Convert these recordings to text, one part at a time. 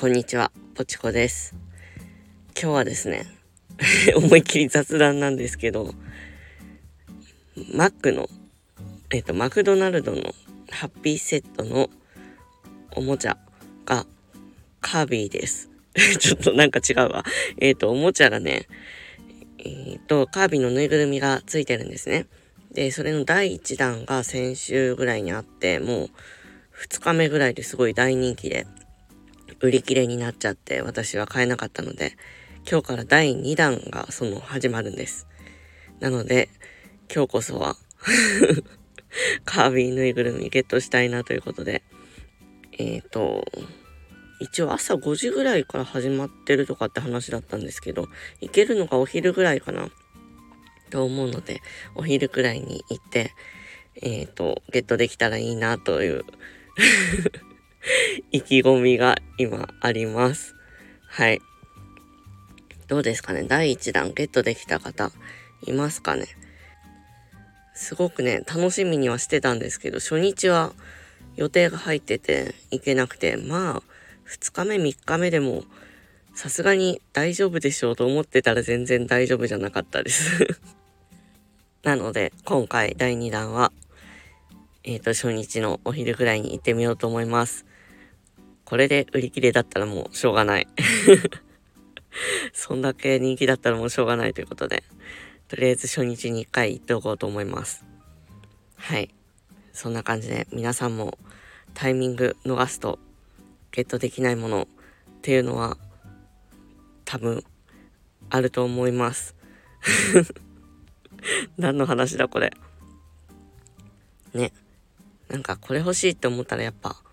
こんにちは、ぽちこです。今日はですね思いっきり雑談なんですけど、マクドナルドのハッピーセットのおもちゃがカービィです。ちょっとなんか違うわ。おもちゃがね、カービィのぬいぐるみがついてるんですね。で、それの第1弾が先週ぐらいにあって、もう2日目ぐらいですごい大人気で、売り切れになっちゃって私は買えなかったので、今日から第2弾が始まるんです。なので今日こそはカービィぬいぐるみゲットしたいなということで、一応朝5時ぐらいから始まってるとかって話だったんですけど、行けるのがお昼ぐらいかなと思うので、お昼くらいに行ってゲットできたらいいなという意気込みが今あります。はい。どうですかね、第1弾ゲットできた方いますかね。すごくね、楽しみにはしてたんですけど、初日は予定が入ってて行けなくて、まあ、2日目3日目でもさすがに大丈夫でしょうと思ってたら全然大丈夫じゃなかったですなので、今回第2弾は、初日のお昼ぐらいに行ってみようと思います。これで売り切れだったらもうしょうがないそんだけ人気だったらもうしょうがないということで、とりあえず初日に1回行っておこうと思います。はい。そんな感じで皆さんもタイミング逃すとゲットできないものっていうのは多分あると思います何の話だこれね。なんかこれ欲しいって思ったらやっぱ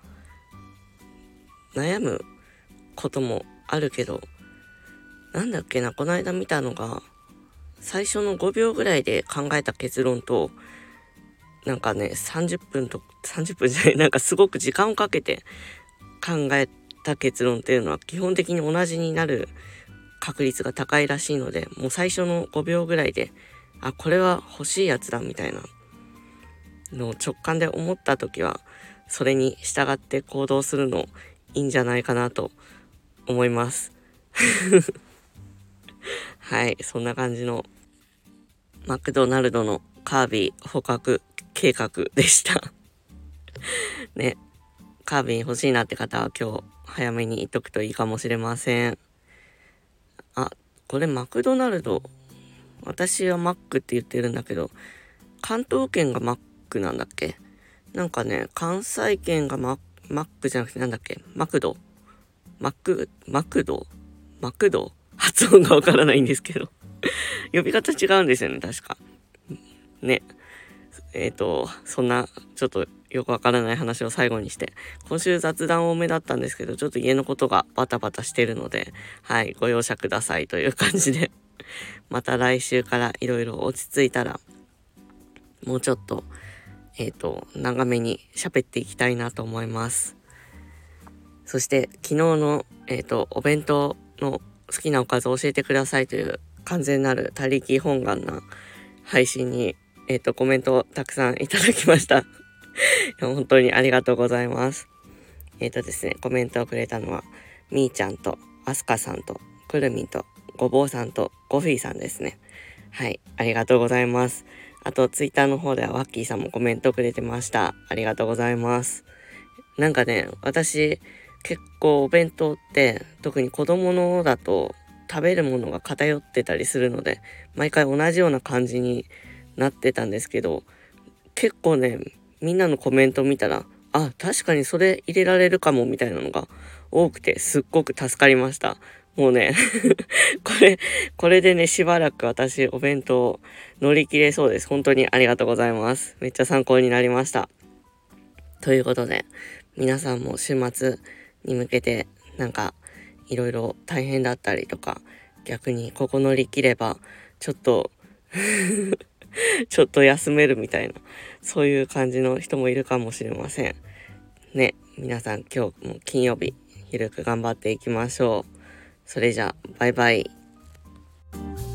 悩むこともあるけど、なんだっけな、この間見たのが最初の5秒ぐらいで考えた結論と、なんかね30分じゃない、なんかすごく時間をかけて考えた結論っていうのは基本的に同じになる確率が高いらしいので、もう最初の5秒ぐらいで、あ、これは欲しいやつだみたいなのを直感で思った時は、それに従って行動するのいいんじゃないかなと思いますはい、そんな感じのマクドナルドのカービィ捕獲計画でしたね。カービィ欲しいなって方は今日早めに言っとくといいかもしれません。あ、これマクドナルド、私はマックって言ってるんだけど、関東圏がマックなんだっけ。なんかね、関西圏がマックじゃなくてなんだっけ、マクド発音がわからないんですけど呼び方違うんですよね、確かね。そんなちょっとよくわからない話を最後にして、今週雑談多めだったんですけど、ちょっと家のことがバタバタしてるので、はい、ご容赦くださいという感じでまた来週からいろいろ落ち着いたら、もうちょっと長めに喋っていきたいなと思います。そして昨日のお弁当の好きなおかずを教えてくださいという完全なる他力本願な配信にコメントをたくさんいただきました本当にありがとうございます。ですね、コメントをくれたのはみーちゃんとあすかさんとくるみんとごぼうさんとゴフィーさんですね。はい、ありがとうございます。あとツイッターの方ではワッキーさんもコメントくれてました。ありがとうございます。なんかね、私結構お弁当って特に子供のだと食べるものが偏ってたりするので、毎回同じような感じになってたんですけど、結構ね、みんなのコメント見たら、あ、確かにそれ入れられるかもみたいなのが多くて、すっごく助かりました。もうねこれでね、しばらく私お弁当乗り切れそうです。本当にありがとうございます。めっちゃ参考になりました。ということで、皆さんも週末に向けてなんかいろいろ大変だったりとか、逆にここ乗り切ればちょっとちょっと休めるみたいな、そういう感じの人もいるかもしれませんね。皆さん今日も金曜日、ゆるく頑張っていきましょう。それじゃあバイバイ。